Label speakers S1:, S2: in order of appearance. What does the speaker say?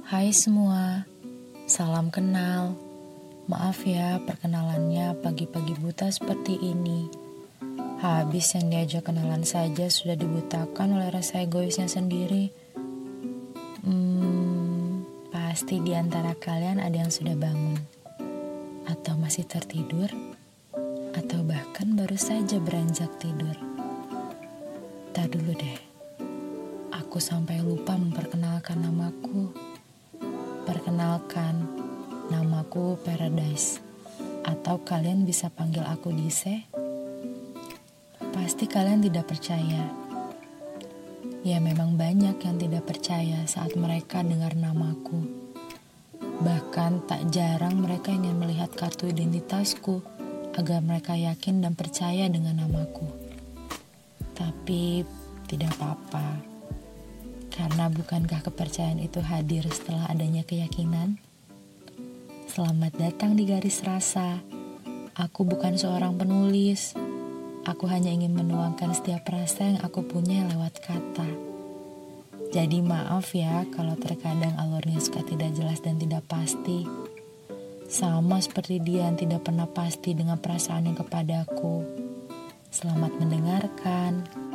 S1: Hai semua, salam kenal. Maaf ya perkenalannya pagi-pagi buta seperti ini. Habis yang diajak kenalan saja sudah dibutakan oleh rasa egoisnya sendiri. Pasti di antara kalian ada yang sudah bangun, atau masih tertidur, atau bahkan baru saja beranjak tidur. Tar dulu deh, aku sampai lupa memperkenalkan namaku. Perkenalkan, namaku Paradise, atau kalian bisa panggil aku Dise. Pasti kalian tidak percaya. Ya memang banyak yang tidak percaya saat mereka dengar namaku. Bahkan tak jarang mereka ingin melihat kartu identitasku agar mereka yakin dan percaya dengan namaku. Tapi tidak apa-apa. Karena bukankah kepercayaan itu hadir setelah adanya keyakinan? Selamat datang di Garis Rasa. Aku bukan seorang penulis. Aku hanya ingin menuangkan setiap rasa yang aku punya lewat kata. Jadi maaf ya kalau terkadang alurnya suka tidak jelas dan tidak pasti. Sama seperti dia yang tidak pernah pasti dengan perasaannya kepadaku. Selamat mendengarkan.